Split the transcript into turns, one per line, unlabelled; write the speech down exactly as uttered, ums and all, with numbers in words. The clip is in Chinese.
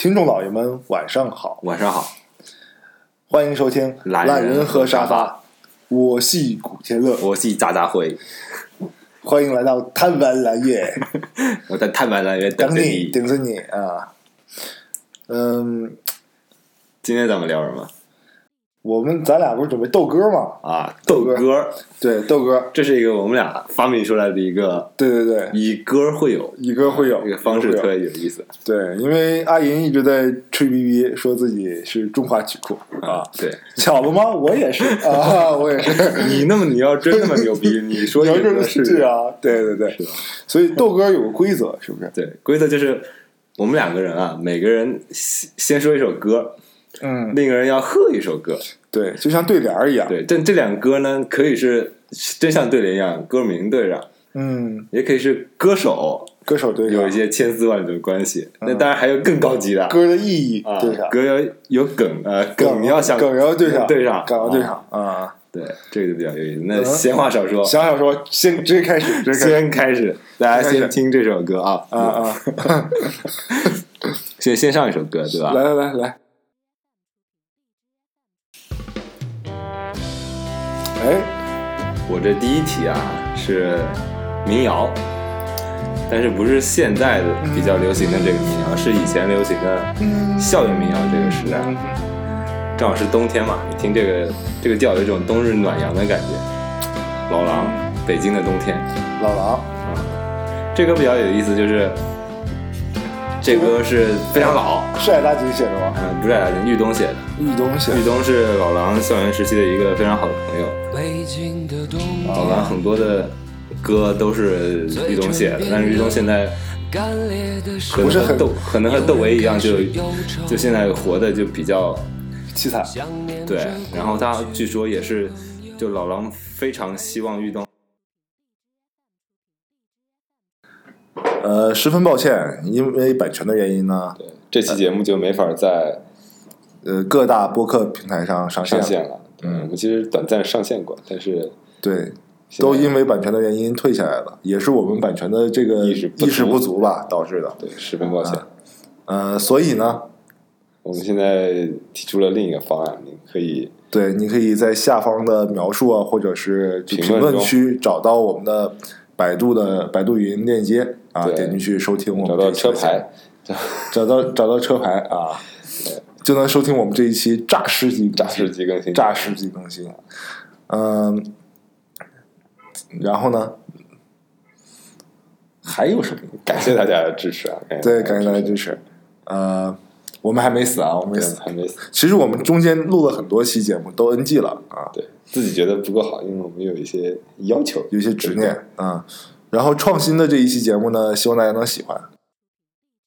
听众老爷们晚上好，
晚上好，
欢迎收听
懒
人
人
和沙
和沙发，
我是古天乐，
我是渣渣辉，
欢迎来到贪玩蓝月，
我在探玩蓝园等
等你
着你。
等着你啊。嗯，
今天咱们聊什么
我们咱俩不是准备斗歌吗？
啊？
斗歌
斗歌，
对，斗歌，
这是一个我们俩发明出来的一个
对对对，
以歌会友，
以歌会友
这个方式特别有意思。
对，因为阿银一直在吹逼逼，说自己是中华曲库啊。
对，
巧了吗？我也是啊，我也是。
你那么你要真那么牛逼，你说一个是
是啊，对对对，
是吧？
所以斗歌有个规则，是不是？
对，规则就是我们两个人啊，每个人先先说一首歌，
嗯，
另一个人要和一首歌。
对，就像对联儿一样。
对，这这两个歌呢，可以是真像对联一样，歌名对上，
嗯，
也可以是歌手
歌手对上，
有一些千丝万缕的关系。那当然还有更高级的
歌的意义
啊
对上，
歌要有梗，呃，梗你要想
梗要对上，
对上，
梗要对
啊
上啊。
对，这个就比较有意思。那闲话少说，
想想说，先直接开始，直接开始
先开始，大家先听这首歌啊
啊啊！
先先上一首歌，对吧？
来来来来，哎，
我这第一题啊是民谣，但是不是现在的比较流行的这个民谣，是以前流行的校园民谣这个时代。正好是冬天嘛，你听这个这个调有一种冬日暖阳的感觉。老狼，北京的冬天。
老狼
啊，这歌比较有意思，就是这歌是非常老，
是艾大吉写的吗？
嗯，不是艾大吉，豫东写的。
豫东写的。
豫东是老狼校园时期的一个非常好的朋友。老狼很多的歌都是豫东写的，但是豫东现在可能和窦可能和窦唯一样，就就现在活的就比较
凄惨。
对，然后他据说也是，就老狼非常希望豫东。
呃，十分抱歉，因为版权的原因呢，
对，这期节目就没法在
呃各大播客平台上上线
上线了。嗯，我们其实短暂上线过，但是
对，都因为版权的原因退下来了，也是我们版权的这个
意识不足
意识不足吧导致的。
对，十分抱歉。
呃，所以呢，
我们现在提出了另一个方案，你可以
对，你可以在下方的描述啊，或者是就评论区找到我们的百度的百度云链接啊，点进去收听我们
找到车牌，
找到找到车牌啊，就能收听我们这一期诈尸级
诈尸级更新，
诈尸级更新。嗯，然后呢，还有什么？
感谢大家的支持啊！
对，感谢大家支持。呃，我们还没死啊，我们没死，
还没死。
其实我们中间录了很多期节目，都 N G 了啊。
对自己觉得不够好，因为我们有一些要求，
有一些执念啊。然后创新的这一期节目呢，希望大家能喜欢